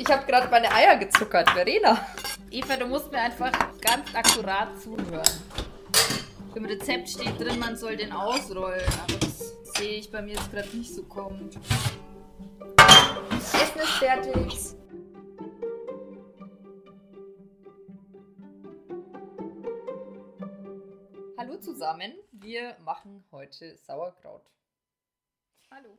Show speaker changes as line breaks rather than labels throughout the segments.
Ich habe gerade meine Eier gezuckert, Verena.
Eva, du musst mir einfach ganz akkurat zuhören. Im Rezept steht drin, man soll den ausrollen, aber das sehe ich bei mir jetzt gerade nicht so kommen.
Essen ist fertig. Hallo zusammen, wir machen heute Sauerkraut.
Hallo.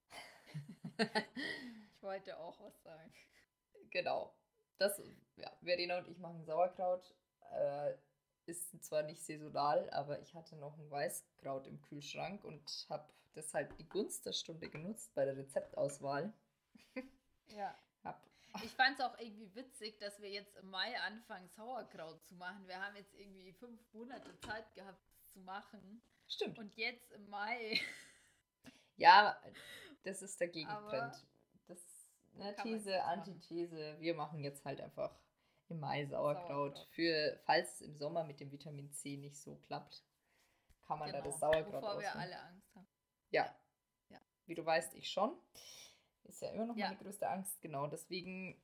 Ich wollte auch was sagen.
Genau. Verena und ich machen Sauerkraut. Ist zwar nicht saisonal, aber ich hatte noch ein Weißkraut im Kühlschrank und habe deshalb die Gunst der Stunde genutzt bei der Rezeptauswahl.
Ja. Ich fand es auch irgendwie witzig, dass wir jetzt im Mai anfangen, Sauerkraut zu machen. Wir haben jetzt irgendwie 5 Monate Zeit gehabt, das zu machen.
Stimmt.
Und jetzt im Mai.
Ja, das ist der Gegentrend.
Aber
Das These, Antithese. Wir machen jetzt halt einfach im Mai Sauerkraut. Falls es im Sommer mit dem Vitamin C nicht so klappt, kann man da das Sauerkraut
bevor wir
ausmachen.
alle Angst haben.
Ja. Wie du weißt, ich schon. Ist ja immer noch meine größte Angst. Genau, deswegen,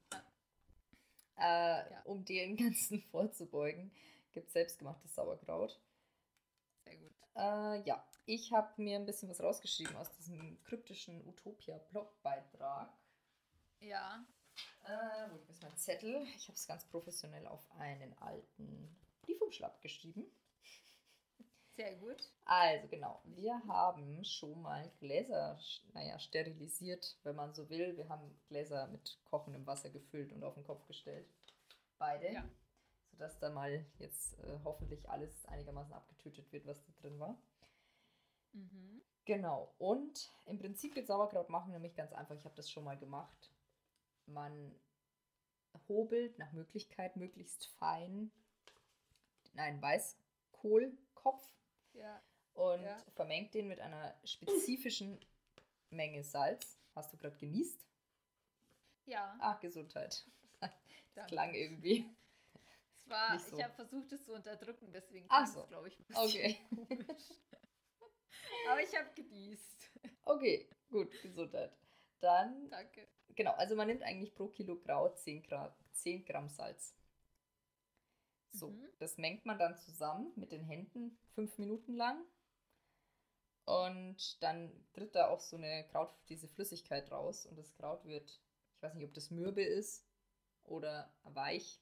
um dem Ganzen vorzubeugen, gibt es selbstgemachtes Sauerkraut.
Sehr gut.
Ich habe mir ein bisschen was rausgeschrieben aus diesem kryptischen Utopia-Blogbeitrag.
Ja.
Wo ist mein Zettel? Ich habe es ganz professionell auf einen alten Briefumschlag geschrieben.
Sehr gut.
Also genau, wir haben schon mal Gläser, sterilisiert, wenn man so will. Wir haben Gläser mit kochendem Wasser gefüllt und auf den Kopf gestellt. Beide. Ja. Sodass da mal jetzt hoffentlich alles einigermaßen abgetötet wird, was da drin war.
Mhm.
Genau, und im Prinzip wird Sauerkraut machen nämlich ganz einfach. Ich habe das schon mal gemacht. Man hobelt nach Möglichkeit möglichst fein einen Weißkohlkopf und vermengt den mit einer spezifischen Menge Salz. Hast du gerade genießt?
Ja.
Ach, Gesundheit. Das klang irgendwie.
Ich habe versucht, es zu unterdrücken, deswegen klang es, glaube ich, ein bisschen komisch. Aber ich habe genießt.
Okay, gut, Gesundheit. Dann,
danke.
Genau, also man nimmt eigentlich pro Kilo Kraut 10 Gramm Salz. So, das mengt man dann zusammen mit den Händen 5 Minuten lang. Und dann tritt da auch diese Flüssigkeit raus. Und das Kraut wird, ich weiß nicht, ob das mürbe ist oder weich.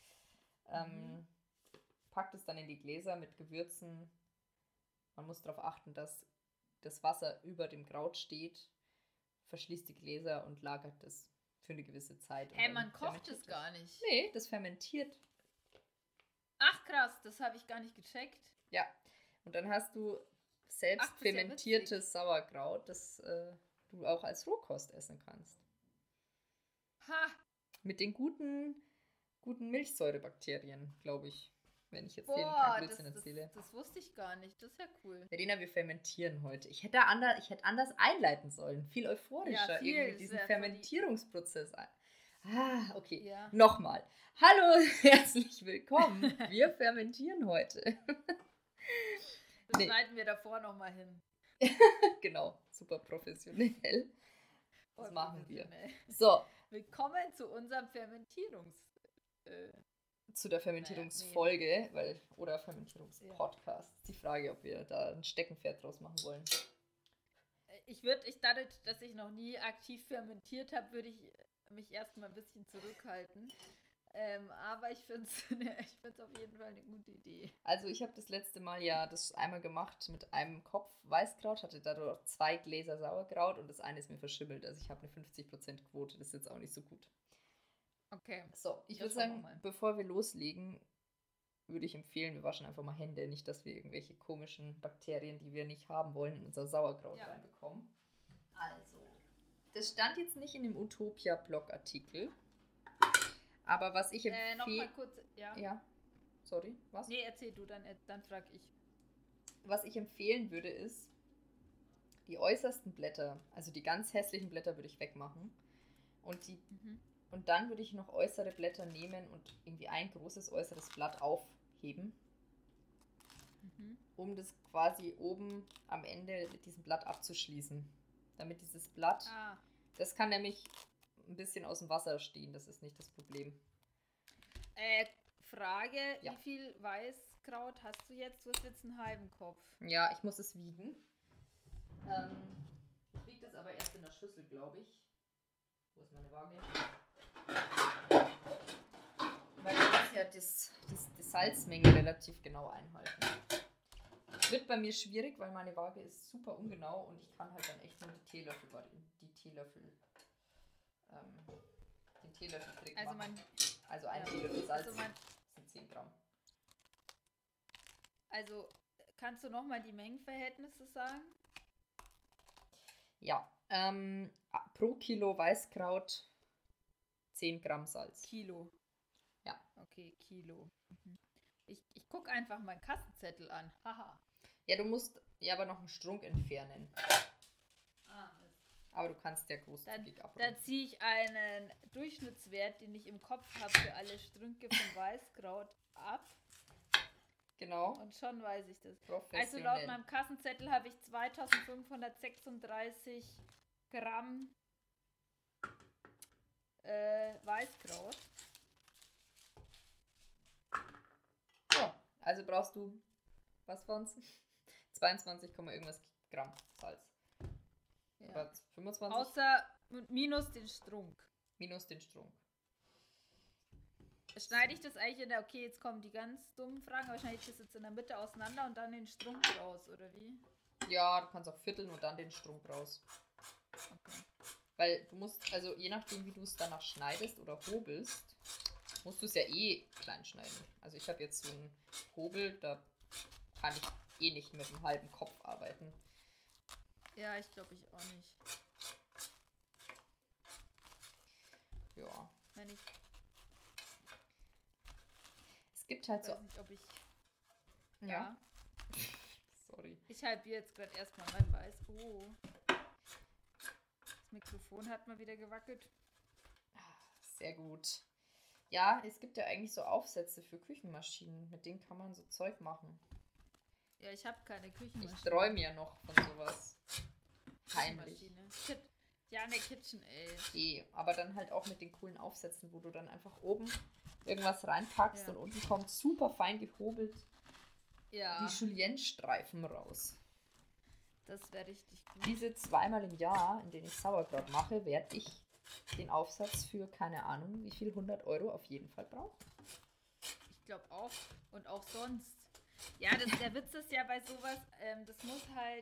Packt es dann in die Gläser mit Gewürzen. Man muss darauf achten, dass das Wasser über dem Kraut steht. Verschließt die Gläser und lagert das für eine gewisse Zeit.
Man kocht es gar nicht.
Nee, das fermentiert.
Ach krass, das habe ich gar nicht gecheckt.
Ja, und dann hast du selbst fermentiertes Sauerkraut, das du auch als Rohkost essen kannst.
Ha!
Mit den guten Milchsäurebakterien, glaube ich, wenn ich jetzt hier keinen Blödsinn erzähle.
Das wusste ich gar nicht, das ist ja cool.
Verena, wir fermentieren heute. Ich hätte anders einleiten sollen, viel euphorischer, irgendwie diesen Fermentierungsprozess. Okay, nochmal. Hallo, herzlich willkommen. Wir fermentieren heute.
Das schneiden wir davor nochmal hin.
Genau, super professionell. Das machen wir. So.
Willkommen zu unserem
zu der Fermentierungsfolge oder Fermentierungspodcast. Die Frage, ob wir da ein Steckenpferd draus machen wollen.
Dadurch, dass ich noch nie aktiv fermentiert habe, würde ich mich erstmal ein bisschen zurückhalten. Aber ich finde es auf jeden Fall eine gute Idee.
Also ich habe das letzte Mal das einmal gemacht mit einem Kopf Weißkraut, hatte dadurch 2 Gläser Sauerkraut und das eine ist mir verschimmelt. Also ich habe eine 50% Quote, das ist jetzt auch nicht so gut.
Okay.
So, ich würde sagen, bevor wir loslegen, würde ich empfehlen, wir waschen einfach mal Hände. Nicht, dass wir irgendwelche komischen Bakterien, die wir nicht haben wollen, in unser Sauerkraut reinbekommen. Also, das stand jetzt nicht in dem Utopia-Blog-Artikel. Aber was ich empfehle...
noch mal kurz,
Ja, sorry, was?
Nee, erzähl du, dann frag ich.
Was ich empfehlen würde, ist, die äußersten Blätter, also die ganz hässlichen Blätter würde ich wegmachen. Und dann würde ich noch äußere Blätter nehmen und irgendwie ein großes äußeres Blatt aufheben, um das quasi oben am Ende mit diesem Blatt abzuschließen. Damit dieses Blatt, das kann nämlich ein bisschen aus dem Wasser stehen, das ist nicht das Problem.
Frage, ja. Wie viel Weißkraut hast du jetzt? Du hast jetzt einen halben Kopf.
Ja, ich muss es wiegen. Ich wiege das aber erst in der Schüssel, glaube ich. Wo ist meine Waage? Weil ich muss ja die Salzmenge relativ genau einhalten. Wird bei mir schwierig, weil meine Waage ist super ungenau und ich kann halt dann echt nur den Teelöffel-Trick machen. Also ein Teelöffel Salz sind 10 Gramm.
Also kannst du nochmal die Mengenverhältnisse sagen?
Ja, pro Kilo Weißkraut 10 Gramm Salz.
Kilo?
Ja.
Okay, Kilo. Mhm. Ich gucke einfach meinen Kassenzettel an. Haha.
Ja, du musst aber noch einen Strunk entfernen. Aber du kannst ja großzügig abrunden.
Dann ziehe ich einen Durchschnittswert, den ich im Kopf habe, für alle Strünke von Weißkraut ab.
Genau.
Und schon weiß ich das. Also laut meinem Kassenzettel habe ich 2536 Gramm Weißkraut.
Ja, also brauchst du, was waren's? 22, irgendwas Gramm Salz.
Ja.
Oder 25?
Außer minus den Strunk.
Minus den Strunk.
Schneide ich das eigentlich in der, okay, jetzt kommen die ganz dummen Fragen, aber schneide ich das jetzt in der Mitte auseinander und dann den Strunk raus, oder wie?
Ja, du kannst auch vierteln und dann den Strunk raus. Okay. Weil du musst, also je nachdem, wie du es danach schneidest oder hobelst, musst du es ja klein schneiden. Also ich habe jetzt so einen Hobel, da kann ich nicht mit einem halben Kopf arbeiten.
Ja, ich glaube ich auch nicht.
Ja.
Wenn ich
es gibt halt
weiß
so.
Nicht, ob ich.
Ja. Sorry.
Ich halbiere jetzt gerade erstmal mein Weiß. Oh. Das Mikrofon hat mal wieder gewackelt.
Sehr gut. Ja, es gibt ja eigentlich so Aufsätze für Küchenmaschinen. Mit denen kann man so Zeug machen.
Ja, ich habe keine Küchenmaschine.
Ich träume ja noch von sowas. Heimlich.
Ja, eine KitchenAid.
Aber dann halt auch mit den coolen Aufsätzen, wo du dann einfach oben irgendwas reinpackst und unten kommt super fein gehobelt die Julienne-Streifen raus.
Das wäre richtig gut.
Diese 2-mal im Jahr, in denen ich Sauerkraut mache, werde ich den Aufsatz für, keine Ahnung, wie viel, 100 € auf jeden Fall brauchen.
Ich glaube auch. Und auch sonst. Ja, der Witz ist ja bei sowas, das muss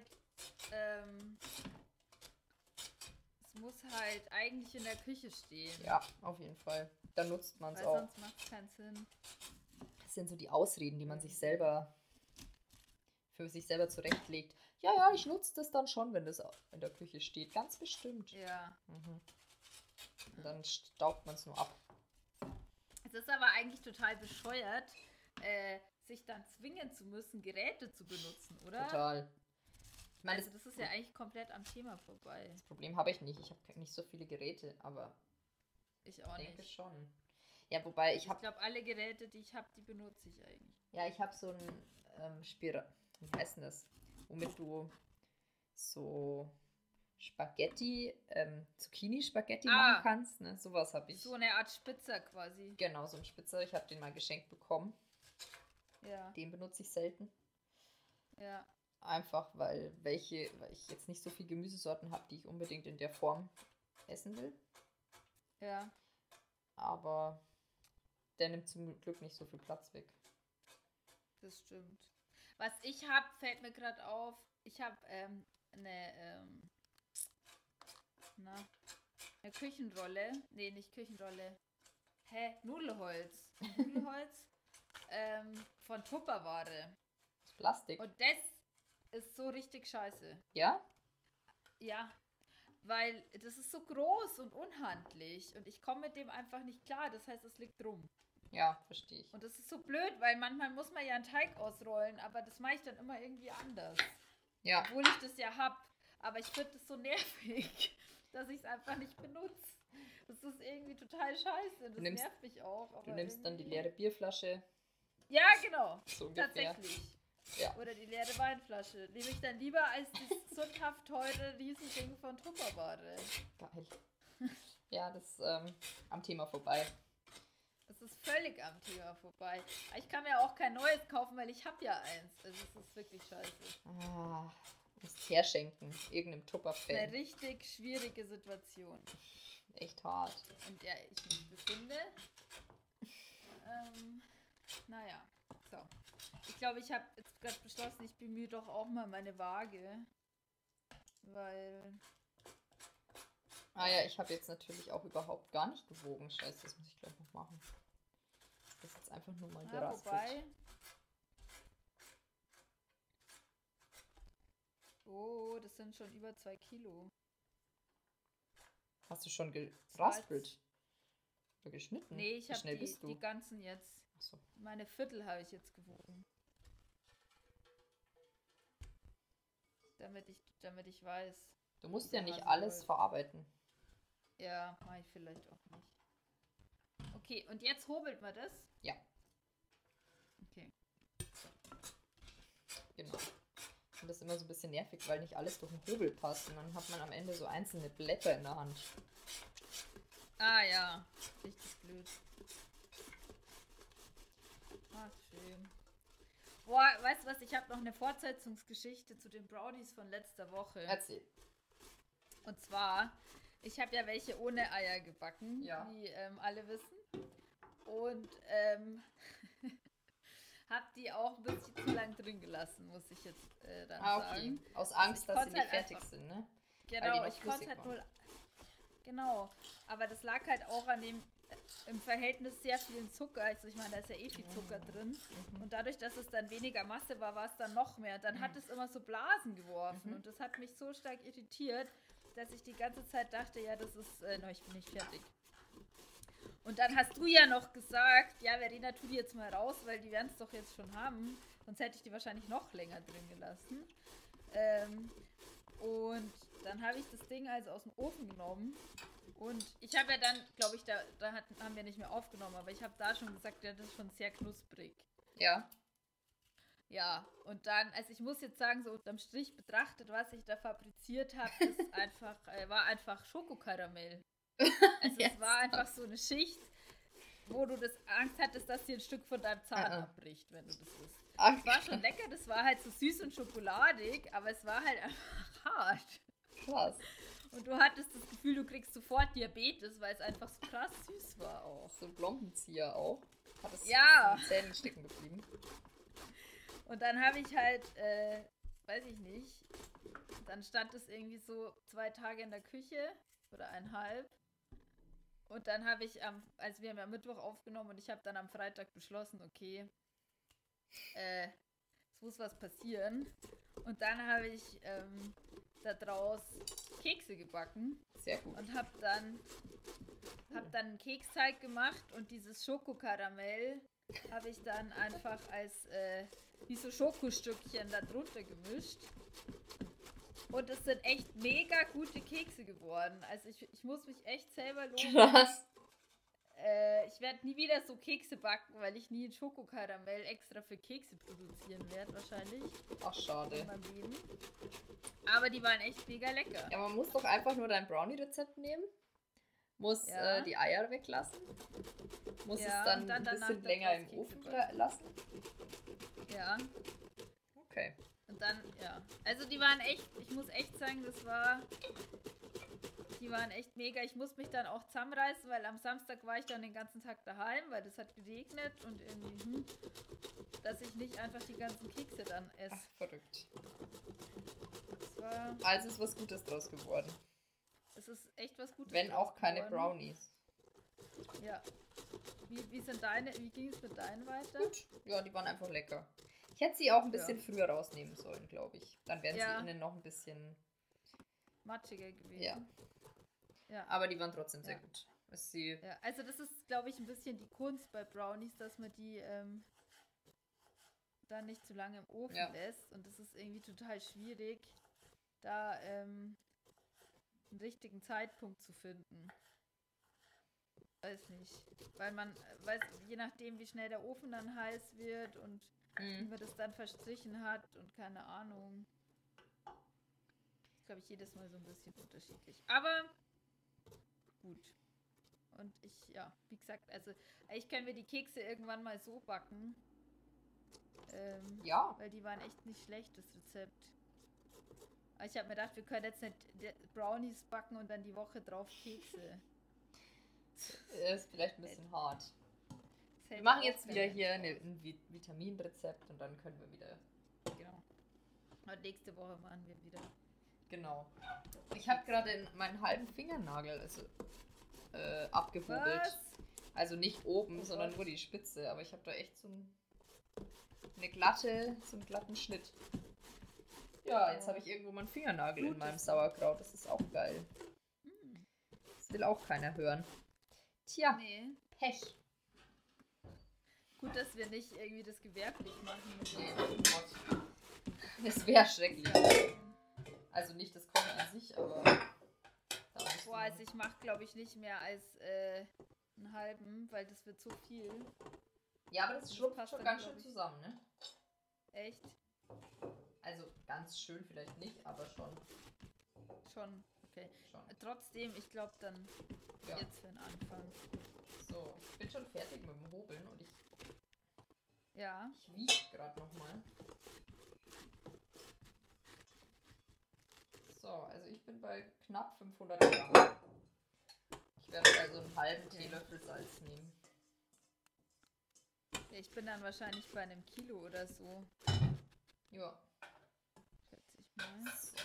halt eigentlich in der Küche stehen.
Ja, auf jeden Fall. Dann nutzt man es auch.
Sonst macht es keinen Sinn.
Das sind so die Ausreden, die man sich selber für sich selber zurechtlegt. Ja, ich nutze das dann schon, wenn das in der Küche steht. Ganz bestimmt.
Ja.
Mhm. Und dann staubt man es nur ab.
Es ist aber eigentlich total bescheuert, sich dann zwingen zu müssen, Geräte zu benutzen, oder?
Total. Ich meine,
also das ist ja eigentlich komplett am Thema vorbei.
Das Problem habe ich nicht. Ich habe nicht so viele Geräte, aber
ich auch
denke
nicht.
Schon. Ja, wobei ich
glaube, alle Geräte, die ich habe, die benutze ich eigentlich.
Ja, ich habe so ein wie heißt denn das? Womit du so Spaghetti, Zucchini-Spaghetti machen kannst. Ne? Sowas habe ich.
So eine Art Spitzer quasi.
Genau, so ein Spitzer. Ich habe den mal geschenkt bekommen.
Ja.
Den benutze ich selten.
Ja.
Einfach, weil ich jetzt nicht so viele Gemüsesorten habe, die ich unbedingt in der Form essen will.
Ja.
Aber der nimmt zum Glück nicht so viel Platz weg.
Das stimmt. Was ich habe, fällt mir gerade auf, ich habe eine Küchenrolle. Nee, nicht Küchenrolle. Nudelholz. Nudelholz von Tupperware.
Das ist Plastik.
Und das ist so richtig scheiße.
Ja?
Ja. Weil das ist so groß und unhandlich und ich komme mit dem einfach nicht klar. Das heißt, es liegt drum.
Ja, verstehe ich.
Und das ist so blöd, weil manchmal muss man ja einen Teig ausrollen, aber das mache ich dann immer irgendwie anders.
Ja.
Obwohl ich das ja habe. Aber ich finde das so nervig, dass ich es einfach nicht benutze. Das ist irgendwie total scheiße. Das nervt mich auch. Aber
du nimmst dann die leere Bierflasche.
Ja, genau.
So ungefähr.
Tatsächlich.
Ja.
Oder die leere Weinflasche. Nehme ich dann lieber als das sündhaft teure Riesending von Tupperware.
Geil. Ja, das ist am Thema vorbei.
Es ist völlig am Thema vorbei. Ich kann mir auch kein neues kaufen, weil ich habe ja eins. Also es ist wirklich scheiße.
Musst herschenken. Irgendeinem Tupper-Fan.
Eine richtig schwierige Situation.
Echt hart.
Und ja, ich mich befinde. Naja, so. Ich glaube, ich habe jetzt gerade beschlossen, ich bemühe doch auch mal meine Waage. Weil...
ja, ich habe jetzt natürlich auch überhaupt gar nicht gewogen. Scheiße, das muss ich gleich noch machen. Das ist jetzt einfach nur mal geraspelt.
Wobei... Oh, das sind schon über 2 Kilo.
Hast du schon geraspelt? Oder geschnitten?
Nee, ich habe die ganzen jetzt.
Achso.
Meine Viertel habe ich jetzt gewogen. Damit ich weiß.
Du musst ja nicht alles verarbeiten.
Ja, mache ich vielleicht auch nicht. Okay, und jetzt hobelt man das?
Ja.
Okay.
Genau. Und das ist immer so ein bisschen nervig, weil nicht alles durch den Hobel passt. Und dann hat man am Ende so einzelne Blätter in der Hand.
Ah ja, richtig blöd. Ach, schön. Boah, weißt du was, ich habe noch eine Fortsetzungsgeschichte zu den Brownies von letzter Woche.
Erzähl.
Und zwar, ich habe ja welche ohne Eier gebacken,
ja.
Wie alle wissen. Und habe die auch ein bisschen zu lang drin gelassen, muss ich jetzt dann sagen.
Aus Angst, dass sie nicht fertig sind, ne?
Genau, ich konnte halt nur... Genau, aber das lag halt auch an dem im Verhältnis sehr vielen Zucker. Also ich meine, da ist ja viel Zucker drin. Und dadurch, dass es dann weniger Masse war, war es dann noch mehr. Dann hat es immer so Blasen geworfen. Und das hat mich so stark irritiert, dass ich die ganze Zeit dachte, ja, das ist... ich bin nicht fertig. Und dann hast du ja noch gesagt, ja, Verena, tu die jetzt mal raus, weil die werden es doch jetzt schon haben. Sonst hätte ich die wahrscheinlich noch länger drin gelassen. Und dann habe ich das Ding also aus dem Ofen genommen. Und ich habe ja dann, glaube ich, haben wir nicht mehr aufgenommen, aber ich habe da schon gesagt, ja, das ist schon sehr knusprig.
Ja.
Ja, und dann, also ich muss jetzt sagen, so unterm Strich betrachtet, was ich da fabriziert habe, war einfach Schokokaramell. Also es war einfach so eine Schicht, wo du Angst hattest, dass dir ein Stück von deinem Zahn abbricht, wenn du das isst. Es war schon lecker, das war halt so süß und schokoladig, aber es war halt einfach hart.
Krass.
Und du hattest das Gefühl, du kriegst sofort Diabetes, weil es einfach so krass süß war auch.
So ein Blombenzieher auch. Hat es in den Zähnen stecken geblieben.
Und dann habe ich halt, weiß ich nicht, dann stand es irgendwie so 2 Tage in der Küche oder 1,5. Und dann habe ich, also wir haben ja am Mittwoch aufgenommen und ich habe dann am Freitag beschlossen, okay, es muss was passieren. Und dann habe ich daraus Kekse gebacken.
Sehr gut.
Und habe dann einen Keksteig gemacht und dieses Schokokaramell habe ich dann einfach als wie so Schokostückchen da drunter gemischt. Und es sind echt mega gute Kekse geworden. Also ich muss mich echt selber loben.
Krass.
Ich werde nie wieder so Kekse backen, weil ich nie ein Schokokaramell extra für Kekse produzieren werde wahrscheinlich.
Ach, schade.
In meinem Leben. Aber die waren echt mega lecker.
Ja, man muss doch einfach nur dein Brownie-Rezept nehmen. Muss die Eier weglassen. Muss es dann ein bisschen länger im Ofen lassen.
Ja.
Okay.
Und dann, also die waren echt, ich muss echt sagen, die waren echt mega. Ich muss mich dann auch zusammenreißen, weil am Samstag war ich dann den ganzen Tag daheim, weil das hat geregnet und irgendwie, dass ich nicht einfach die ganzen Kekse dann esse.
Ach, verrückt. Also ist was Gutes draus geworden.
Es ist echt was Gutes.
Wenn auch keine Brownies.
Ja. Wie ging es mit deinen weiter?
Gut. Ja, die waren einfach lecker. Ich hätte sie auch ein bisschen früher rausnehmen sollen, glaube ich. Dann wären sie innen noch ein bisschen
matschiger gewesen.
Ja. Aber die waren trotzdem sehr gut.
Also das ist, glaube ich, ein bisschen die Kunst bei Brownies, dass man die dann nicht zu lange im Ofen lässt. Und das ist irgendwie total schwierig, da einen richtigen Zeitpunkt zu finden. Weiß nicht. Weil man weiß, je nachdem, wie schnell der Ofen dann heiß wird und wie man das dann verstrichen hat und keine Ahnung. Das glaube ich jedes Mal so ein bisschen unterschiedlich. Aber gut. Und wie gesagt, also eigentlich können wir die Kekse irgendwann mal so backen.
Ja.
Weil die waren echt nicht schlecht, das Rezept. Aber ich habe mir gedacht, wir können jetzt nicht Brownies backen und dann die Woche drauf Kekse.
Ist vielleicht ein bisschen hart. Wir machen jetzt wieder hier ein Vitaminrezept und dann können wir wieder.
Genau. Und nächste Woche machen wir wieder.
Genau. Ich habe gerade meinen halben Fingernagel abgehobelt.
Was?
Also nicht oben, sondern nur die Spitze. Aber ich habe da echt so einen glatten Schnitt. Ja, jetzt habe ich irgendwo meinen Fingernagel in meinem Sauerkraut. Das ist auch geil. Das will auch keiner hören. Tja,
nee.
Pech.
Gut, dass wir nicht irgendwie das gewerblich machen.
Es wäre schrecklich. Also nicht das Kochen an sich, aber...
Boah, also ich mache, glaube ich, nicht mehr als einen halben, weil das wird zu viel.
Ja, aber das schlupft schon ganz schön zusammen, ne?
Echt?
Also ganz schön vielleicht nicht, aber schon.
Schon, okay. Schon. Trotzdem, ich glaube dann jetzt für den Anfang.
So, ich bin schon fertig mit dem Hobeln und ich wiege gerade nochmal. So, also ich bin bei knapp 500 Gramm. Ich werde also einen halben Teelöffel Salz nehmen.
Ja, ich bin dann wahrscheinlich bei einem Kilo oder so.
Ja.
Schätze ich mal.
So.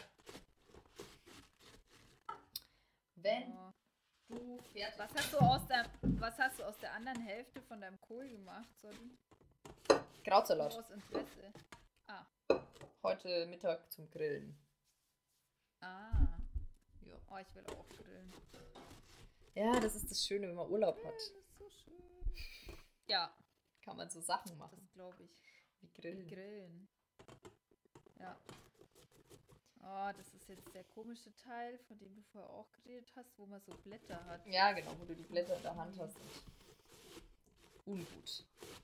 Wenn du fertig
Was hast du aus der anderen Hälfte von deinem Kohl gemacht, Sorry?
Krautsalat.
Aus Interesse.
Heute Mittag zum Grillen.
Ja. Oh, ich will auch grillen.
Ja, das ist das Schöne, wenn man Urlaub hat.
Das ist so schön. Ja.
Kann man so Sachen machen.
Das glaube ich.
Wie grillen.
Ja. Oh, das ist jetzt der komische Teil, von dem du vorher auch geredet hast, wo man so Blätter hat.
Ja, genau, wo du die Blätter in der Hand hast. Ungut.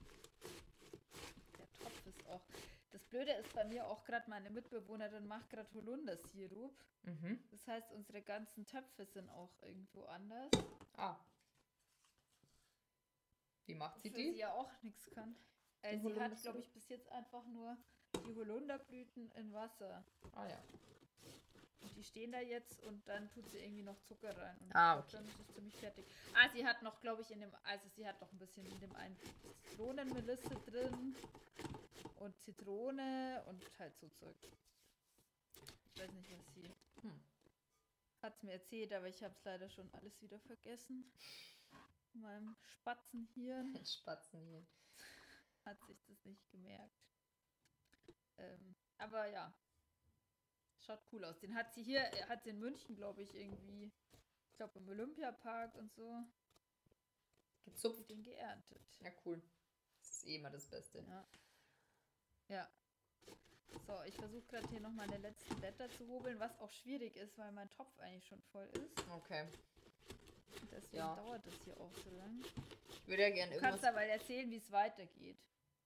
Der Topf ist auch... Das Blöde ist bei mir auch gerade, meine Mitbewohnerin macht gerade Holundersirup. Das heißt, unsere ganzen Töpfe sind auch irgendwo anders.
Wie macht sie
die? Sie ja auch nichts kann. Sie hat, glaube ich, bis jetzt einfach nur die Holunderblüten in Wasser.
Ja.
Und die stehen da jetzt und dann tut sie irgendwie noch Zucker rein. Und
okay.
Dann ist es ziemlich fertig. Sie hat noch, glaube ich, sie hat noch ein bisschen in dem einen Zitronenmelisse drin und Zitrone und halt so Zeug. Ich weiß nicht, was sie hat es mir erzählt, aber ich habe es leider schon alles wieder vergessen. In meinem Spatzenhirn.
Spatzenhirn.
Hat sich das nicht gemerkt. Aber ja. Schaut cool aus. Den hat sie in München, glaube ich, irgendwie. Ich glaube im Olympiapark und so.
Gezupft.
Und den geerntet.
Ja, cool. Das ist immer das Beste.
Ja. So, ich versuche gerade hier noch meine letzten Blätter zu hobeln, was auch schwierig ist, weil mein Topf eigentlich schon voll ist.
Okay.
Und deswegen dauert das hier auch so lang.
Ich würde ja gerne irgendwas...
Du kannst aber erzählen, wie es weitergeht.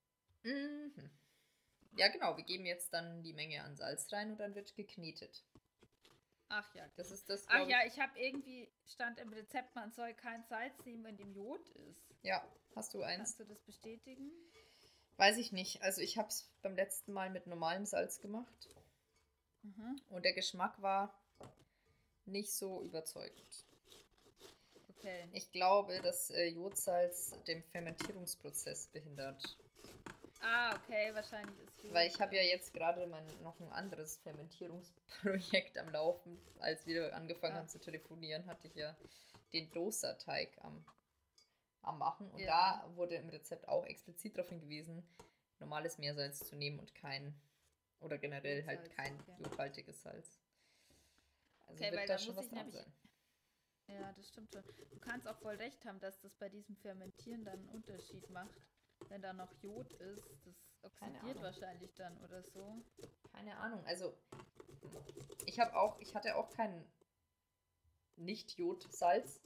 Ja, genau. Wir geben jetzt dann die Menge an Salz rein und dann wird geknetet.
Ach ja.
Das ist das,
ich habe irgendwie, stand im Rezept, man soll kein Salz nehmen, wenn dem Jod ist.
Ja, hast du eins?
Kannst du das bestätigen?
Weiß ich nicht. Also ich habe es beim letzten Mal mit normalem Salz gemacht. Und der Geschmack war nicht so überzeugend.
Okay.
Ich glaube, dass Jodsalz den Fermentierungsprozess behindert.
Okay, wahrscheinlich ist Jod.
Weil ich habe ja jetzt gerade noch ein anderes Fermentierungsprojekt am Laufen. Als wir angefangen haben zu telefonieren, hatte ich ja den Dosa-Teig am Machen. Und da wurde im Rezept auch explizit darauf hingewiesen, normales Meersalz zu nehmen und oder generell Jodsalz, halt kein jodhaltiges Salz. Also wird da schon was dran sein.
Ja, das stimmt schon. Du kannst auch voll recht haben, dass das bei diesem Fermentieren dann einen Unterschied macht. Wenn da noch Jod ist, das oxidiert wahrscheinlich dann oder so.
Keine Ahnung. Also ich hatte auch kein Nicht-Jod-Salz.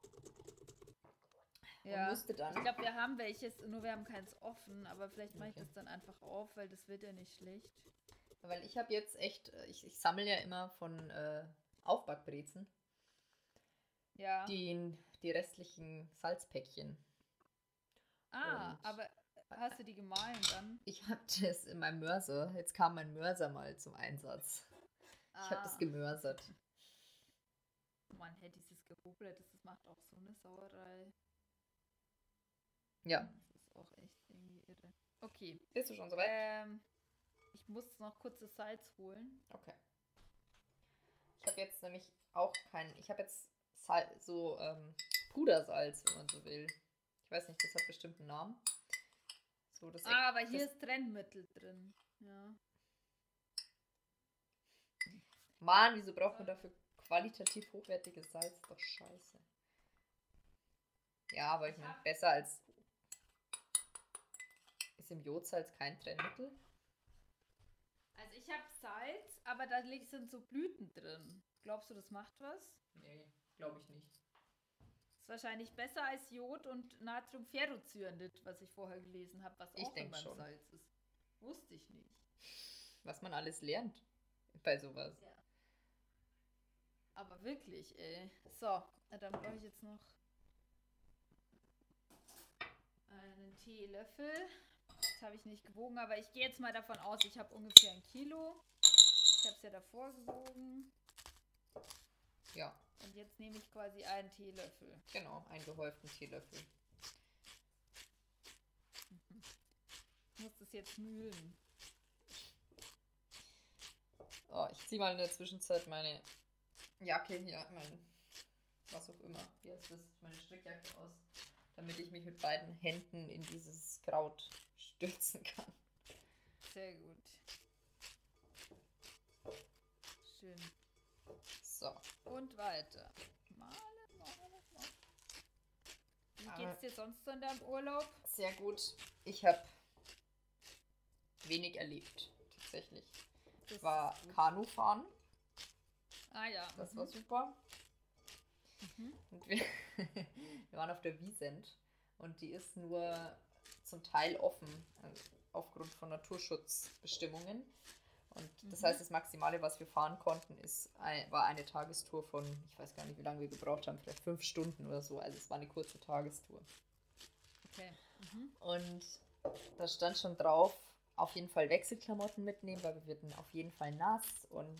Ja, musste dann. Ich glaube, wir haben welches, nur wir haben keins offen, aber vielleicht mache ich das dann einfach auf, weil das wird ja nicht schlecht.
Weil ich habe jetzt echt, ich sammle ja immer von Aufbackbrezen.
Ja.
Die restlichen Salzpäckchen.
Aber hast du die gemahlen dann?
Ich habe das in meinem Mörser. Jetzt kam mein Mörser mal zum Einsatz. Ich habe das gemörsert.
Mann, hey, dieses Gehobelte, das macht auch so eine Sauerei.
Ja.
Das ist auch echt irgendwie irre. Okay.
Bist du schon soweit?
Ich muss noch kurz das Salz holen.
Okay. Ich habe jetzt nämlich auch ich habe jetzt Pudersalz, wenn man so will. Ich weiß nicht, das hat bestimmt einen Namen. So,
aber hier ist Trennmittel drin. Ja.
Mann, wieso braucht man dafür qualitativ hochwertiges Salz? Doch scheiße. Ja, aber ich meine, besser als... Ist im Jodsalz kein Trennmittel?
Also ich habe Salz, aber da sind so Blüten drin. Glaubst du, das macht was?
Nee, glaube ich nicht.
Ist wahrscheinlich besser als Jod und Natriumferrocyanid, was ich vorher gelesen habe, was auch in meinem Salz ist. Wusste ich nicht.
Was man alles lernt bei sowas.
Ja. Aber wirklich, ey. So, dann brauche ich jetzt noch einen Teelöffel. Das habe ich nicht gewogen, aber ich gehe jetzt mal davon aus, ich habe ungefähr 1 Kilo. Ich habe es ja davor gewogen.
Ja.
Und jetzt nehme ich quasi einen Teelöffel.
Genau, einen gehäuften Teelöffel.
Ich muss das jetzt mühlen.
Oh, ich ziehe mal in der Zwischenzeit meine Jacke hier, was auch immer, wie heißt das, meine Strickjacke aus, damit ich mich mit beiden Händen in dieses Kraut stürzen kann.
Sehr gut. Schön.
So.
Und weiter. Malen. Wie geht's dir sonst so in deinem Urlaub?
Sehr gut. Ich habe wenig erlebt, tatsächlich. Ich war Kanufahren.
Ah ja.
Das war super. Und wir waren auf der Wiesent und die ist nur zum Teil offen, aufgrund von Naturschutzbestimmungen. Und das heißt, das Maximale, was wir fahren konnten, war eine Tagestour von, ich weiß gar nicht, wie lange wir gebraucht haben, vielleicht 5 Stunden oder so. Also es war eine kurze Tagestour.
Okay.
Und da stand schon drauf, auf jeden Fall Wechselklamotten mitnehmen, weil wir werden auf jeden Fall nass. Und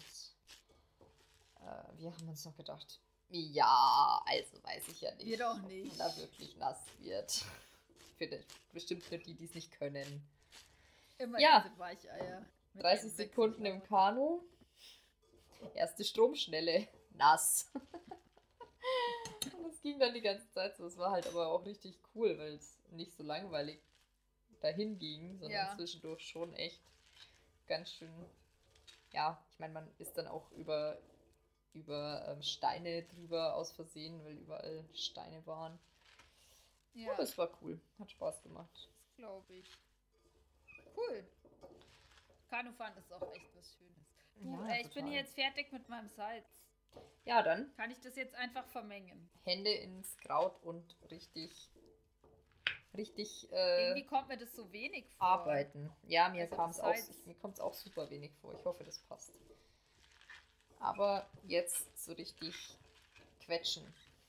wir haben uns noch gedacht, ja, also weiß ich ja nicht,
wir doch nicht,
ob man da wirklich nass wird. Bestimmt nur die es nicht können.
Immer diese Weicheier.
30 Sekunden im Kanu. Erste Stromschnelle. Nass. Und das ging dann die ganze Zeit so. Es war halt aber auch richtig cool, weil es nicht so langweilig dahin ging, sondern zwischendurch schon echt ganz schön. Ja, ich meine, man ist dann auch über Steine drüber aus Versehen, weil überall Steine waren. Ja, aber es war cool. Hat Spaß gemacht.
Das glaube ich. Cool. Kanufahren ist auch echt was Schönes. Du, ich bin jetzt fertig mit meinem Salz.
Ja, dann.
Kann ich das jetzt einfach vermengen?
Hände ins Kraut und richtig
irgendwie kommt mir das so wenig vor.
Arbeiten. Ja, mir kommt es auch super wenig vor. Ich hoffe, das passt. Aber jetzt so richtig quetschen.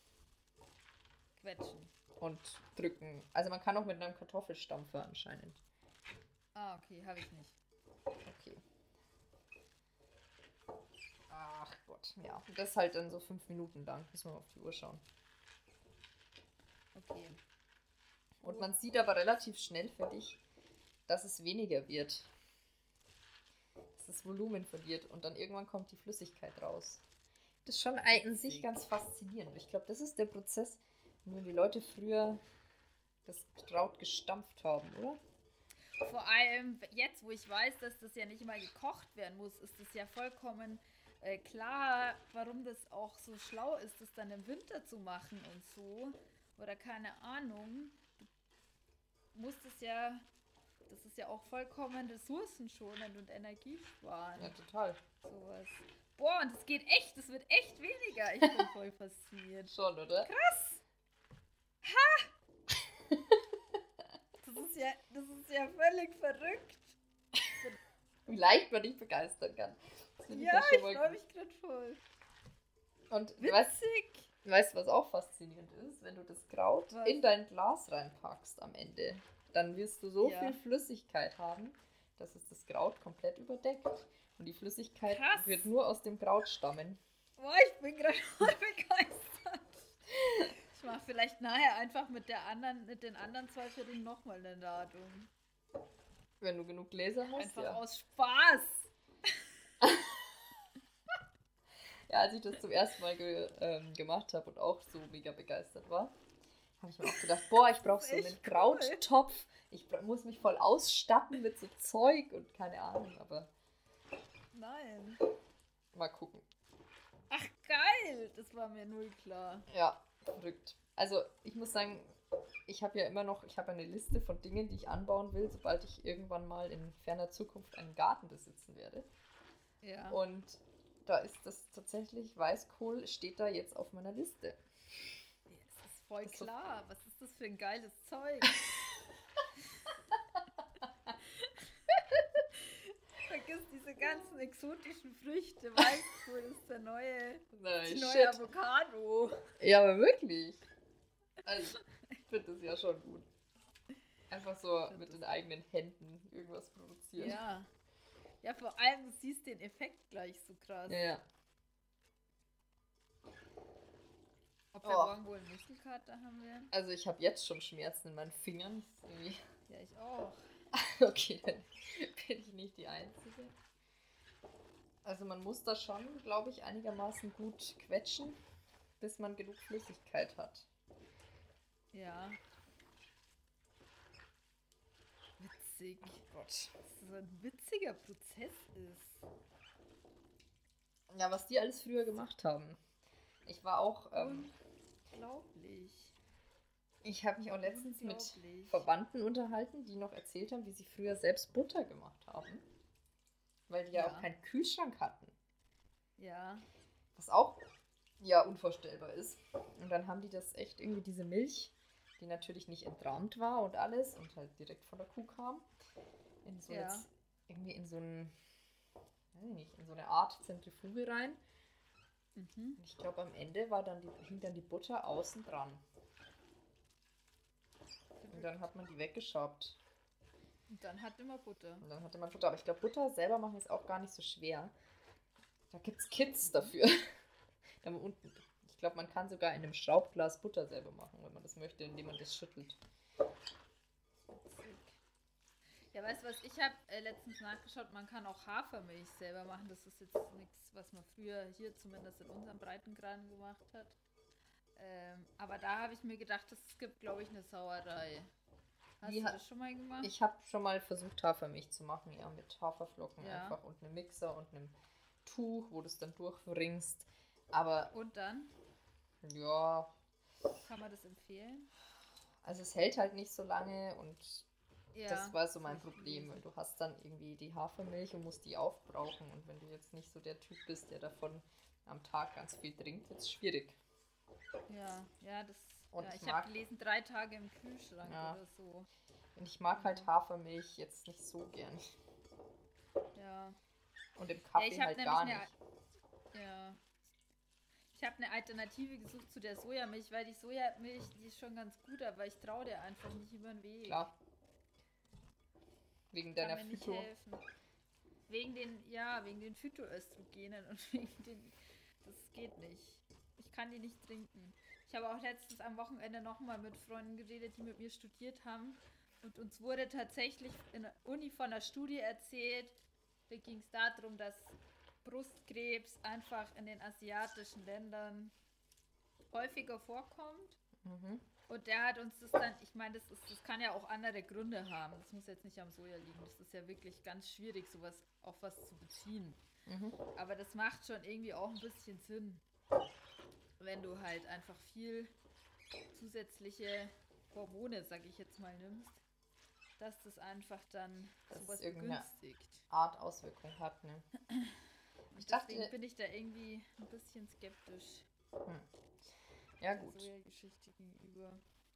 Und drücken. Also man kann auch mit einem Kartoffelstampfer anscheinend.
Ah, okay, habe ich nicht.
Okay. Ach Gott, ja. Und das halt dann so 5 Minuten lang. Müssen wir auf die Uhr schauen.
Okay.
Und man sieht aber relativ schnell, finde ich, dass es weniger wird. Dass das Volumen verliert und dann irgendwann kommt die Flüssigkeit raus. Das ist schon in sich ganz faszinierend. Ich glaube, das ist der Prozess, wenn die Leute früher das Kraut gestampft haben, oder?
Vor allem jetzt, wo ich weiß, dass das ja nicht mal gekocht werden muss, ist es ja vollkommen klar, warum das auch so schlau ist, das dann im Winter zu machen und so. Oder keine Ahnung. Du musst es ja, das ist ja auch vollkommen ressourcenschonend und energiesparend.
Ja, total.
Sowas. Boah, und es geht echt, es wird echt weniger. Ich bin voll fasziniert.
Schon, oder?
Krass! Ha! Das ist ja völlig verrückt.
Wie leicht man dich begeistern kann.
Ja, ich freue mich gerade voll.
Und
witzig!
Weißt du, was auch faszinierend ist? Wenn du das Kraut in dein Glas reinpackst am Ende, dann wirst du so viel Flüssigkeit haben, dass es das Kraut komplett überdeckt. Und die Flüssigkeit wird nur aus dem Kraut stammen.
Boah, ich bin gerade voll begeistert. Ich mache vielleicht nachher einfach mit den anderen 2 Vierteln nochmal eine Ladung.
Wenn du genug Gläser hast,
einfach aus Spaß.
Ja, als ich das zum ersten Mal gemacht habe und auch so mega begeistert war, habe ich mir auch gedacht, boah, ich brauche so einen Krauttopf. Ich muss mich voll ausstatten mit so Zeug und keine Ahnung, aber...
Nein.
Mal gucken.
Ach, geil! Das war mir null klar.
Ja, verrückt. Also, ich muss sagen, ich habe eine Liste von Dingen, die ich anbauen will, sobald ich irgendwann mal in ferner Zukunft einen Garten besitzen werde.
Ja.
Und da ist das tatsächlich, Weißkohl steht da jetzt auf meiner Liste.
Das ist voll klar. So. Was ist das für ein geiles Zeug? Vergiss diese ganzen exotischen Früchte. Weißkohl ist die neue Avocado.
Ja, aber wirklich. Also, ich finde das ja schon gut. Einfach so mit den eigenen Händen irgendwas produzieren.
Ja. Ja, vor allem, du siehst den Effekt gleich so krass.
Ja.
Ob wir morgen wohl einen Muskelkater haben werden?
Also ich habe jetzt schon Schmerzen in meinen Fingern.
Ja, ich auch.
Okay, dann bin ich nicht die Einzige. Also man muss da schon, glaube ich, einigermaßen gut quetschen, bis man genug Flüssigkeit hat.
Ja. Witzig.
Oh Gott.
Dass das so ein witziger Prozess ist.
Ja, was die alles früher gemacht haben. Ich war auch...
Unglaublich.
Ich habe mich auch letztens mit Verwandten unterhalten, die noch erzählt haben, wie sie früher selbst Butter gemacht haben. Weil die ja auch keinen Kühlschrank hatten.
Ja.
Was auch ja unvorstellbar ist. Und dann haben die das echt irgendwie diese Milch, die natürlich nicht entrahmt war und alles und halt direkt von der Kuh kam, in so jetzt irgendwie in so ein, weiß ich nicht, in so eine Art Zentrifuge rein. Und ich glaube am Ende hing dann die Butter außen dran. Und dann hat man die weggeschabt.
Und dann hatte man Butter.
Aber ich glaube, Butter selber machen ist auch gar nicht so schwer. Da gibt es Kits dafür. Ich glaube, man kann sogar in einem Schraubglas Butter selber machen, wenn man das möchte, indem man das schüttelt.
Ja, weißt du was, ich habe letztens nachgeschaut, man kann auch Hafermilch selber machen. Das ist jetzt nichts, was man früher hier zumindest in unserem Breitengraden gemacht hat. Aber da habe ich mir gedacht, es gibt, glaube ich, eine Sauerei. Hast du das schon mal gemacht?
Ich habe schon mal versucht, Hafermilch zu machen, ja, mit Haferflocken einfach und einem Mixer und einem Tuch, wo du es dann durchwringst. Aber...
Und dann?
Ja.
Kann man das empfehlen?
Also es hält halt nicht so lange und das war so mein Problem. Weil du hast dann irgendwie die Hafermilch und musst die aufbrauchen. Und wenn du jetzt nicht so der Typ bist, der davon am Tag ganz viel trinkt, wird es schwierig.
Ich habe gelesen, 3 Tage im Kühlschrank oder so.
Und ich mag halt Hafermilch jetzt nicht so gern.
Ja.
Und im Kaffee halt gar nicht.
Ich habe eine Alternative gesucht zu der Sojamilch, weil die Sojamilch, die ist schon ganz gut, aber ich traue der einfach nicht über den Weg.
Klar. Wegen deiner Phyto.
Wegen den Phytoöstrogenen und das geht nicht. Ich kann die nicht trinken. Ich habe auch letztens am Wochenende nochmal mit Freunden geredet, die mit mir studiert haben. Und uns wurde tatsächlich in der Uni von einer Studie erzählt, da ging es darum, dass Brustkrebs einfach in den asiatischen Ländern häufiger vorkommt. Und der hat uns das dann, ich meine, das kann ja auch andere Gründe haben. Das muss jetzt nicht am Soja liegen. Das ist ja wirklich ganz schwierig, sowas auf was zu beziehen. Aber das macht schon irgendwie auch ein bisschen Sinn, wenn du halt einfach viel zusätzliche Hormone, sag ich jetzt mal, nimmst, dass das einfach dann sowas begünstigt.
Art Auswirkung hat, ne?
Deswegen bin ich da irgendwie ein bisschen skeptisch.
Ja, gut.
Der Geschichte gegenüber.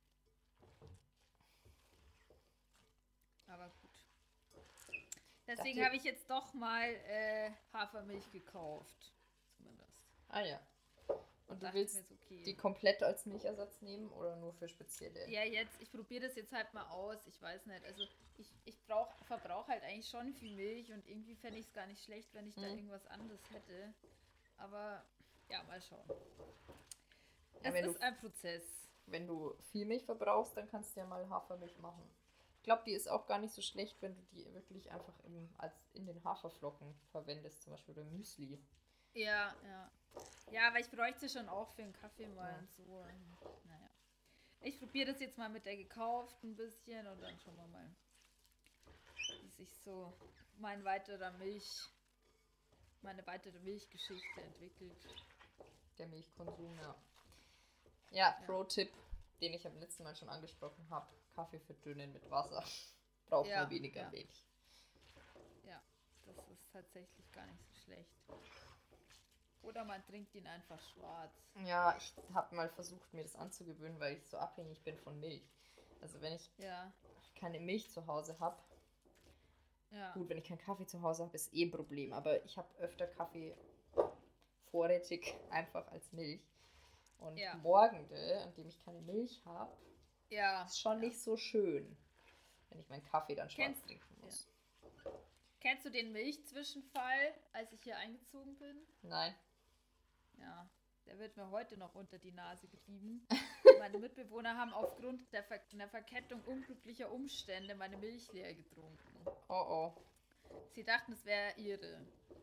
Aber gut. Deswegen habe ich jetzt doch mal Hafermilch gekauft. Zumindest.
Ah ja. Und du willst die komplett als Milchersatz nehmen oder nur für spezielle?
Ja, ich probiere das jetzt halt mal aus. Ich weiß nicht. Also ich verbrauche halt eigentlich schon viel Milch und irgendwie fände ich es gar nicht schlecht, wenn ich da irgendwas anderes hätte. Aber ja, mal schauen. Es ist ein Prozess.
Wenn du viel Milch verbrauchst, dann kannst du ja mal Hafermilch machen. Ich glaube, die ist auch gar nicht so schlecht, wenn du die wirklich einfach in den Haferflocken verwendest, zum Beispiel beim Müsli.
Ja. Ja, aber ich bräuchte schon auch für einen Kaffee mal und so. Naja. Ich probiere das jetzt mal mit der gekauften ein bisschen und dann schauen wir mal, wie sich so meine weitere Milchgeschichte entwickelt.
Der Milchkonsum, ja. Ja, Pro-Tipp, den ich am letzten Mal schon angesprochen habe. Kaffee verdünnen mit Wasser. Braucht man weniger Milch.
Ja, das ist tatsächlich gar nicht so schlecht. Oder man trinkt ihn einfach schwarz.
Ja, ich habe mal versucht, mir das anzugewöhnen, weil ich so abhängig bin von Milch. Also wenn ich keine Milch zu Hause habe, gut, wenn ich keinen Kaffee zu Hause habe, ist ein Problem. Aber ich habe öfter Kaffee vorrätig, einfach als Milch. Und Morgende, an dem ich keine Milch habe, ist schon nicht so schön, wenn ich meinen Kaffee dann schwarz trinken muss.
Ja. Kennst du den Milchzwischenfall, als ich hier eingezogen bin?
Nein.
Ja, der wird mir heute noch unter die Nase gerieben. Meine Mitbewohner haben aufgrund einer Verkettung unglücklicher Umstände meine Milch leer getrunken.
Oh.
Sie dachten, es wäre ihre.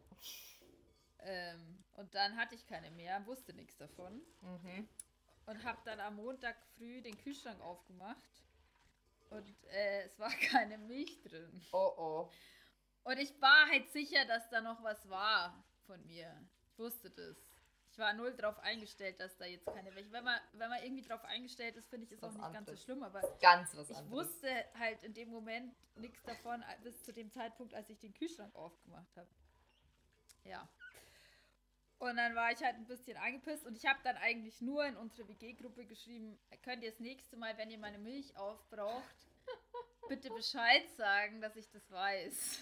Und dann hatte ich keine mehr, wusste nichts davon. Und habe dann am Montag früh den Kühlschrank aufgemacht. Und es war keine Milch drin.
Oh.
Und ich war halt sicher, dass da noch was war von mir. Ich wusste das. Ich war null drauf eingestellt, dass da jetzt keine Milch. Wenn man irgendwie drauf eingestellt ist, finde ich, ist auch nicht ganz so schlimm. Aber ich wusste halt in dem Moment nichts davon, bis zu dem Zeitpunkt, als ich den Kühlschrank aufgemacht habe. Ja. Und dann war ich halt ein bisschen angepisst und ich habe dann eigentlich nur in unsere WG-Gruppe geschrieben, könnt ihr das nächste Mal, wenn ihr meine Milch aufbraucht, bitte Bescheid sagen, dass ich das weiß.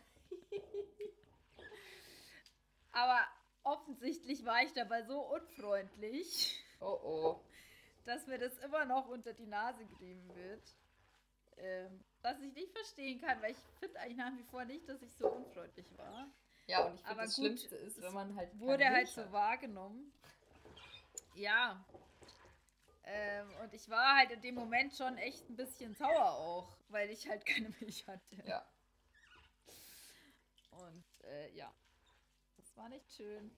Aber offensichtlich war ich dabei so unfreundlich, dass mir das immer noch unter die Nase gerieben wird. Was ich nicht verstehen kann, weil ich finde eigentlich nach wie vor nicht, dass ich so unfreundlich war.
Ja, und ich finde, das Schlimmste ist, wenn man halt
wurde halt so wahrgenommen. Ja. Und ich war halt in dem Moment schon echt ein bisschen sauer auch, weil ich halt keine Milch hatte.
Ja.
Und das war nicht schön.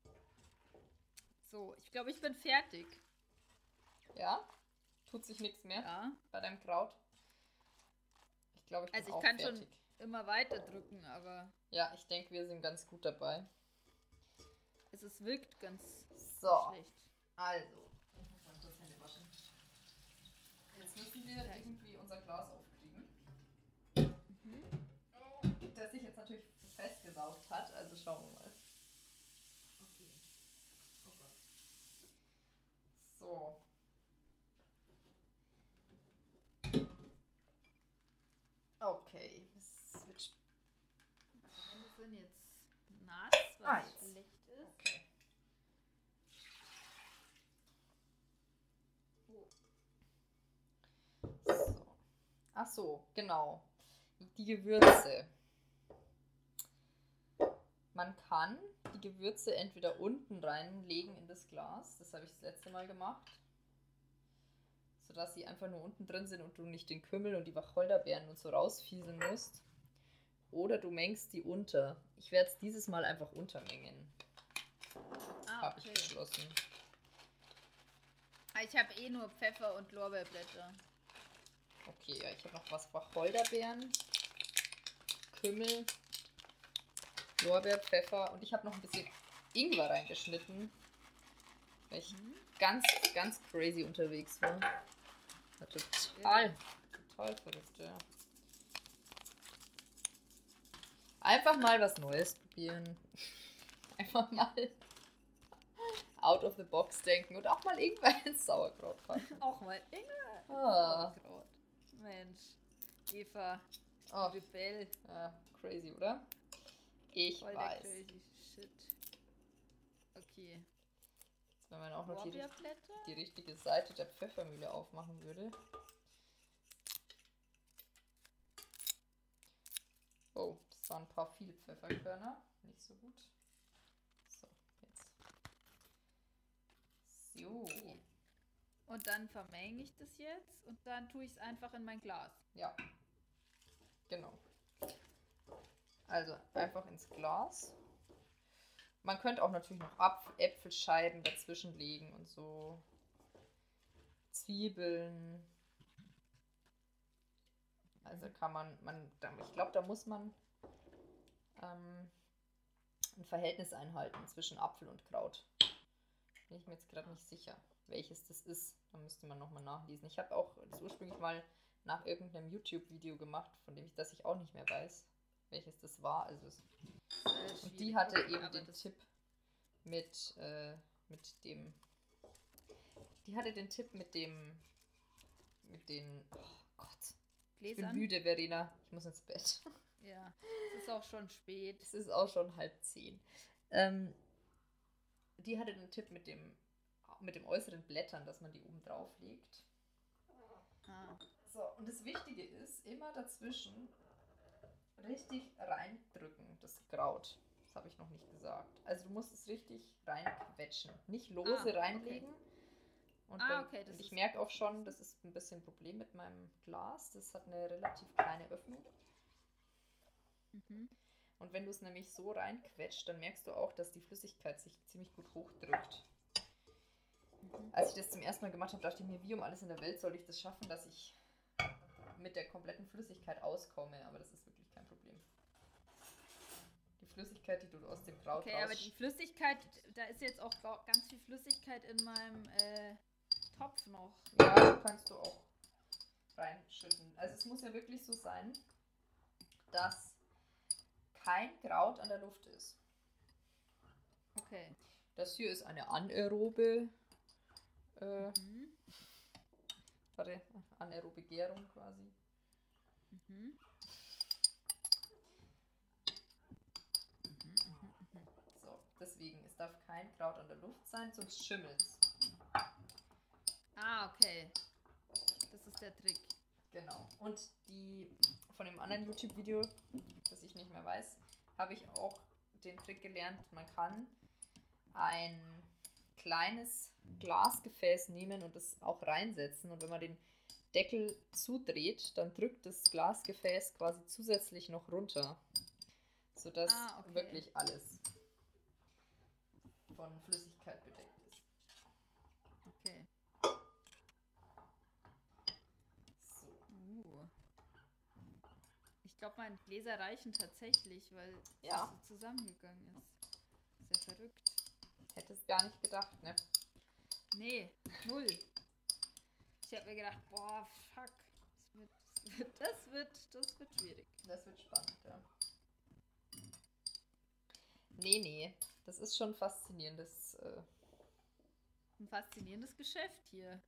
So, ich glaube, ich bin fertig.
Ja? Tut sich nichts mehr bei deinem Kraut? Ich glaube, ich bin auch fertig. Also ich kann schon
immer weiter drücken, aber...
Ja, ich denke, wir sind ganz gut dabei.
Es wirkt ganz schlecht.
Also. Ich muss mal kurz Hände waschen. Jetzt müssen wir irgendwie unser Glas aufkriegen. Das sich jetzt natürlich festgesaugt hat, also schauen wir mal. Okay. Oh Gott. So. Okay. Es wird
Meine Hände sind jetzt nass, was schlecht ist.
Okay. So. Ach so, genau. Die Gewürze. Man kann die Gewürze entweder unten reinlegen in das Glas. Das habe ich das letzte Mal gemacht. Sodass sie einfach nur unten drin sind und du nicht den Kümmel und die Wacholderbeeren und so rausfieseln musst. Oder du mengst die unter. Ich werde es dieses Mal einfach untermengen. Habe ich beschlossen.
Ich habe nur Pfeffer und Lorbeerblätter.
Okay, ja, ich habe noch was Wacholderbeeren, Kümmel, Lorbeer, Pfeffer und ich habe noch ein bisschen Ingwer reingeschnitten, weil ich ganz, ganz crazy unterwegs war. Total verrückt, ja. Einfach mal was Neues probieren. Einfach mal out of the box denken und auch mal Ingwer ins Sauerkraut packen.
Auch mal Ingwer ins Sauerkraut. Mensch, Eva, Rebell.
Ja, crazy, oder? Ich
Voll
weiß.
Der crazy shit. Okay.
Jetzt Wenn man auch noch
Lorbeerblätter?
die richtige Seite der Pfeffermühle aufmachen würde. Oh, das waren ein paar viele Pfefferkörner. Nicht so gut. So, jetzt. So.
Und dann vermenge ich das jetzt und dann tue ich es einfach in mein Glas.
Ja, genau. Also einfach ins Glas. Man könnte auch natürlich noch Äpfelscheiben dazwischen legen und so. Zwiebeln. Also kann ich glaube, da muss man ein Verhältnis einhalten zwischen Apfel und Kraut. Bin ich mir jetzt gerade nicht sicher, welches das ist. Da müsste man nochmal nachlesen. Ich habe auch das ursprünglich mal nach irgendeinem YouTube-Video gemacht, von dem ich auch nicht mehr weiß, welches das war. Also und die hatte eben den Tipp mit dem. Die hatte den Tipp mit den. Oh Gott. Gläsern? Ich bin müde, Verena. Ich muss ins Bett.
Ja, es ist auch schon spät.
Es ist auch schon 9:30. Die hatte den Tipp mit dem äußeren Blättern, dass man die oben drauf legt.
Ah.
So, und das Wichtige ist, immer dazwischen richtig reindrücken, das Kraut. Das habe ich noch nicht gesagt. Also du musst es richtig reinquetschen. Nicht lose reinlegen.
Okay.
Und ich merke auch schon, das ist ein bisschen ein Problem mit meinem Glas. Das hat eine relativ kleine Öffnung.
Mhm.
Und wenn du es nämlich so reinquetscht, dann merkst du auch, dass die Flüssigkeit sich ziemlich gut hochdrückt. Als ich das zum ersten Mal gemacht habe, dachte ich mir, wie um alles in der Welt soll ich das schaffen, dass ich mit der kompletten Flüssigkeit auskomme. Aber das ist wirklich kein Problem. Die Flüssigkeit, die du aus dem Kraut
Okay, aber die Flüssigkeit, da ist jetzt auch ganz viel Flüssigkeit in meinem Topf noch.
Ja, kannst du auch reinschütten. Also es muss ja wirklich so sein, dass kein Kraut an der Luft ist.
Okay.
Das hier ist eine anaerobe anaerobe Gärung quasi.
Mhm.
So, deswegen, es darf kein Kraut an der Luft sein, sonst schimmelt's.
Ah, okay. Das ist der Trick.
Genau. Und von dem anderen YouTube-Video, das ich nicht mehr weiß, habe ich auch den Trick gelernt, man kann ein kleines Glasgefäß nehmen und das auch reinsetzen. Und wenn man den Deckel zudreht, dann drückt das Glasgefäß quasi zusätzlich noch runter, sodass wirklich alles von Flüssigkeit bedeckt ist.
Okay. So. Ich glaube, meine Gläser reichen tatsächlich, weil es so zusammengegangen ist. Sehr verrückt.
Hättest gar nicht gedacht, ne?
Nee, null. Ich habe mir gedacht, boah, fuck. Das wird schwierig.
Das wird spannend, ja. Nee. Das ist schon faszinierendes.
Ein faszinierendes Geschäft hier.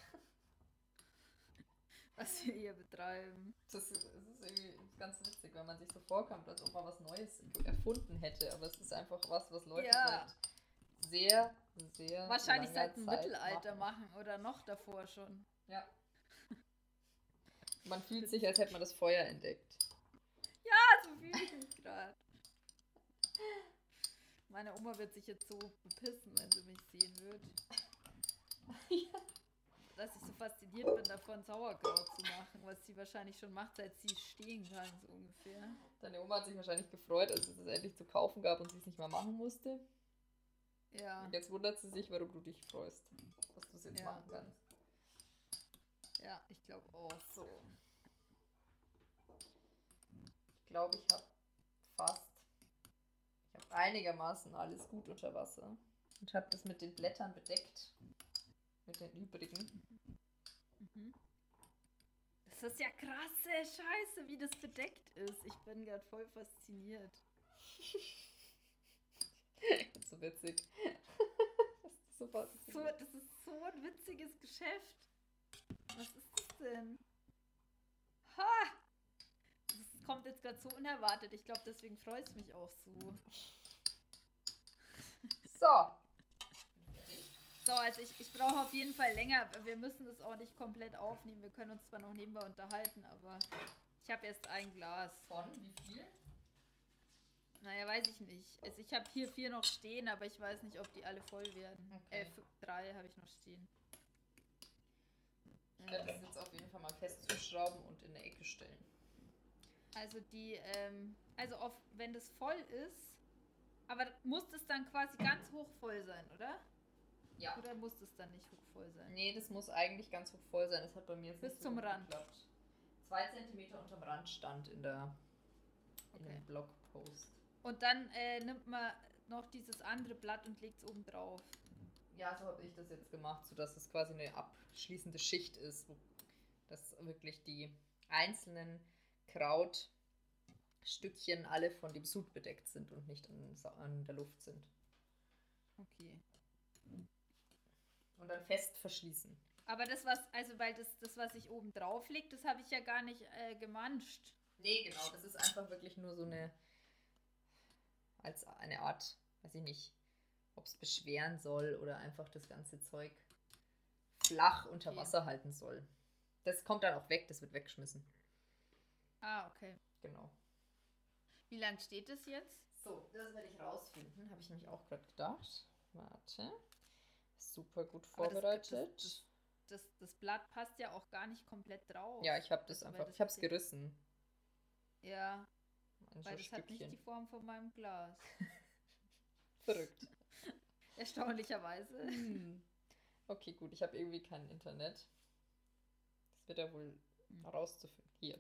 Was wir hier betreiben.
Das ist irgendwie ganz witzig, wenn man sich so vorkommt, als ob man was Neues erfunden hätte. Aber es ist einfach was Leute seit sehr, sehr
wahrscheinlich seit dem
Zeit
Mittelalter machen oder noch davor schon.
Ja. Man fühlt sich, als hätte man das Feuer entdeckt.
Ja, so fühle ich mich gerade. Meine Oma wird sich jetzt so bepissen, wenn sie mich sehen wird.
Ja.
Dass ich so fasziniert bin davon, Sauerkraut zu machen, was sie wahrscheinlich schon macht, seit sie stehen kann, so ungefähr.
Deine Oma hat sich wahrscheinlich gefreut, als es es endlich zu kaufen gab und sie es nicht mehr machen musste.
Ja.
Und jetzt wundert sie sich, warum du dich freust, dass du es jetzt machen kannst.
Ja, ich glaube auch.
So. Ich glaube, ich habe einigermaßen alles gut unter Wasser. Und habe das mit den Blättern bedeckt. Mit den übrigen.
Mhm. Das ist ja krasse Scheiße, wie das bedeckt ist. Ich bin gerade voll fasziniert.
Das ist so witzig.
Das ist so ein witziges Geschäft. Was ist das denn? Ha! Das kommt jetzt gerade so unerwartet. Ich glaube, deswegen freut es mich auch so.
So.
also ich brauche auf jeden Fall länger. Wir müssen das auch nicht komplett aufnehmen. Wir können uns zwar noch nebenbei unterhalten, aber ich habe erst ein Glas.
Von wie viel?
Naja, weiß ich nicht. Also ich habe hier 4 noch stehen, aber ich weiß nicht, ob die alle voll werden.
Okay.
3 habe ich noch stehen.
Ich werde das jetzt auf jeden Fall mal fest zuschrauben und in der Ecke stellen.
Also wenn das voll ist, aber muss das dann quasi ganz hoch voll sein, oder?
Ja.
Oder muss das dann nicht hoch voll sein?
Nee, das muss eigentlich ganz hoch voll sein. Das hat bei mir jetzt
bis
nicht
zum
so
Rand.
geklappt. 2 cm unterm Rand stand in dem Blogpost.
Und dann nimmt man noch dieses andere Blatt und legt es oben drauf.
Ja, so habe ich das jetzt gemacht, sodass es quasi eine abschließende Schicht ist, wo das wirklich die einzelnen Krautstückchen alle von dem Sud bedeckt sind und nicht an der Luft sind.
Okay.
Und dann fest verschließen.
Aber weil das, was ich oben drauf lege, das habe ich ja gar nicht gemanscht.
Nee, genau, das ist einfach wirklich nur so als eine Art, weiß ich nicht, ob es beschweren soll oder einfach das ganze Zeug flach unter Wasser halten soll. Das kommt dann auch weg, das wird weggeschmissen.
Ah, okay.
Genau.
Wie lang steht das jetzt?
So, das werde ich rausfinden, habe ich nämlich auch gerade gedacht. Warte. Super gut vorbereitet.
Das Blatt passt ja auch gar nicht komplett drauf.
Ja, ich habe das einfach, ich habe es gerissen.
Ja,
weil
das hat nicht die Form von meinem Glas.
Verrückt.
Erstaunlicherweise.
Okay, gut, ich habe irgendwie kein Internet. Das wird ja wohl herauszufinden. Hier.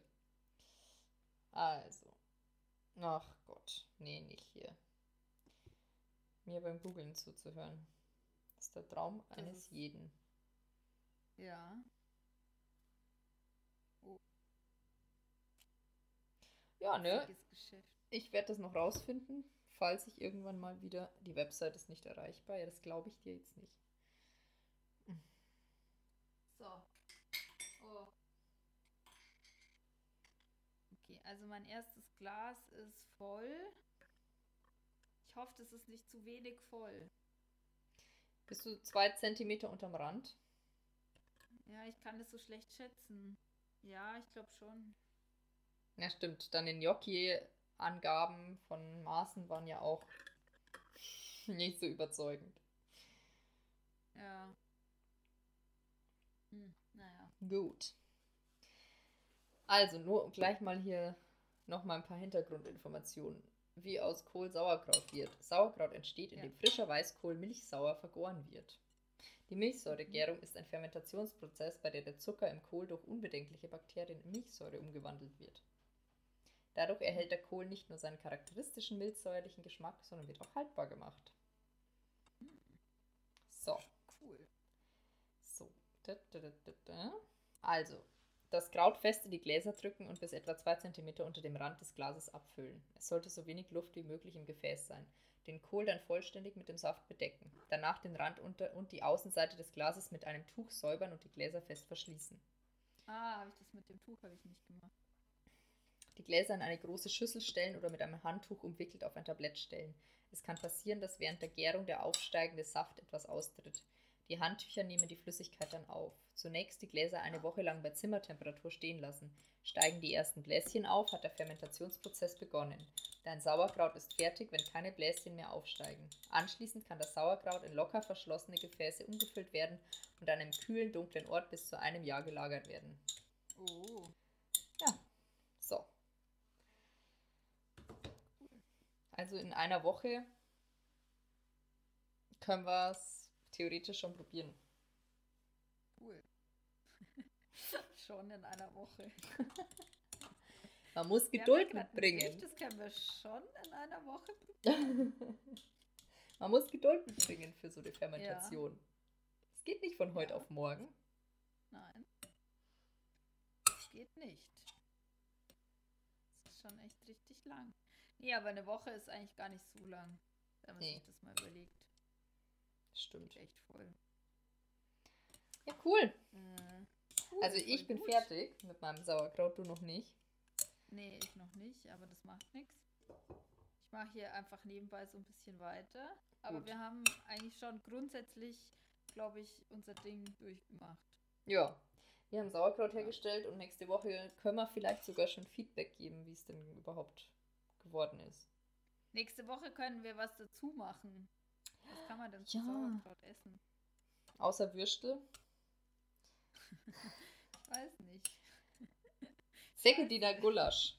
Also. Ach Gott. Nee, nicht hier. Mir beim Googlen zuzuhören. Das ist der Traum eines jeden.
Ja. Oh.
Ja, ne? Ich werde das noch rausfinden, falls ich irgendwann mal wieder... Die Website ist nicht erreichbar. Ja, das glaube ich dir jetzt nicht.
So. Oh. Okay, also mein erstes Glas ist voll. Ich hoffe, das ist nicht zu wenig voll.
Bist du 2 cm unterm Rand?
Ja, ich kann das so schlecht schätzen. Ja, ich glaube schon.
Ja, stimmt. Deine Gnocchi-Angaben von Maßen waren ja auch nicht so überzeugend.
Ja. Naja.
Gut. Also, nur gleich mal hier nochmal ein paar Hintergrundinformationen. Wie aus Kohl Sauerkraut wird. Sauerkraut entsteht, indem frischer Weißkohl milchsauer vergoren wird. Die Milchsäuregärung ist ein Fermentationsprozess, bei der der Zucker im Kohl durch unbedenkliche Bakterien in Milchsäure umgewandelt wird. Dadurch erhält der Kohl nicht nur seinen charakteristischen milchsäuerlichen Geschmack, sondern wird auch haltbar gemacht. So.
Cool.
So. Also, das Kraut fest in die Gläser drücken und bis etwa 2 cm unter dem Rand des Glases abfüllen. Es sollte so wenig Luft wie möglich im Gefäß sein. Den Kohl dann vollständig mit dem Saft bedecken. Danach den Rand und die Außenseite des Glases mit einem Tuch säubern und die Gläser fest verschließen.
Ah, mit dem Tuch habe ich nicht gemacht.
Die Gläser in eine große Schüssel stellen oder mit einem Handtuch umwickelt auf ein Tablett stellen. Es kann passieren, dass während der Gärung der aufsteigende Saft etwas austritt. Die Handtücher nehmen die Flüssigkeit dann auf. Zunächst die Gläser eine Woche lang bei Zimmertemperatur stehen lassen. Steigen die ersten Bläschen auf, hat der Fermentationsprozess begonnen. Dein Sauerkraut ist fertig, wenn keine Bläschen mehr aufsteigen. Anschließend kann das Sauerkraut in locker verschlossene Gefäße umgefüllt werden und an einem kühlen, dunklen Ort bis zu einem Jahr gelagert werden.
Oh.
Ja, so. Also in einer Woche können wir es theoretisch schon probieren.
Cool. Schon in einer Woche.
Man muss Geduld mitbringen.
Das können wir schon in einer Woche.
Man muss Geduld mitbringen für so eine Fermentation. Es geht nicht von heute auf morgen.
Nein. Es geht nicht. Das ist schon echt richtig lang. Nee, aber eine Woche ist eigentlich gar nicht so lang, wenn man sich das mal überlegt.
Stimmt.
Echt voll.
Ja, cool.
Cool,
also ich bin fertig mit meinem Sauerkraut, du noch nicht.
Nee, ich noch nicht, aber das macht nichts. Ich mache hier einfach nebenbei so ein bisschen weiter. Aber wir haben eigentlich schon grundsätzlich glaube ich, unser Ding durchgemacht.
Ja, wir haben Sauerkraut hergestellt und nächste Woche können wir vielleicht sogar schon Feedback geben, wie es denn überhaupt geworden ist.
Nächste Woche können wir was dazu machen. Was kann man denn zu Sauerkraut essen?
Außer Würstel.
Weiß nicht.
Segediner Gulasch.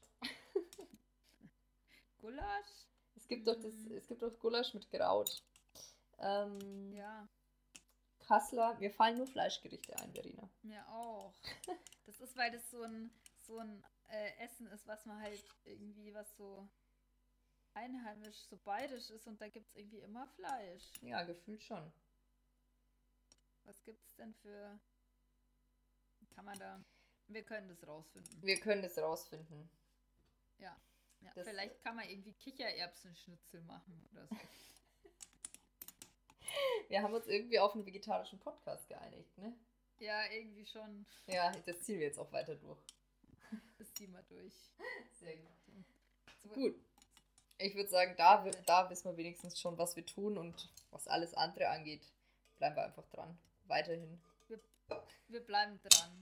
Gulasch?
Es gibt doch Gulasch mit Kraut.
Ja.
Kassler, mir fallen nur Fleischgerichte ein, Verena.
Mir auch. Das ist, weil das so ein Essen ist, was man halt irgendwie, was so einheimisch, so bayerisch ist und da gibt es irgendwie immer Fleisch.
Ja, gefühlt schon.
Was gibt's denn für... Kann man da... Wir können das rausfinden.
Wir können das rausfinden.
Ja. Vielleicht kann man irgendwie Kichererbsenschnitzel machen oder so.
Wir haben uns irgendwie auf einen vegetarischen Podcast geeinigt, ne?
Ja, irgendwie schon.
Ja, das ziehen wir jetzt auch weiter durch.
Das ziehen wir durch.
Sehr gut. So. Gut. Ich würde sagen, da wissen wir wenigstens schon, was wir tun und was alles andere angeht, bleiben wir einfach dran. Weiterhin.
Wir bleiben dran.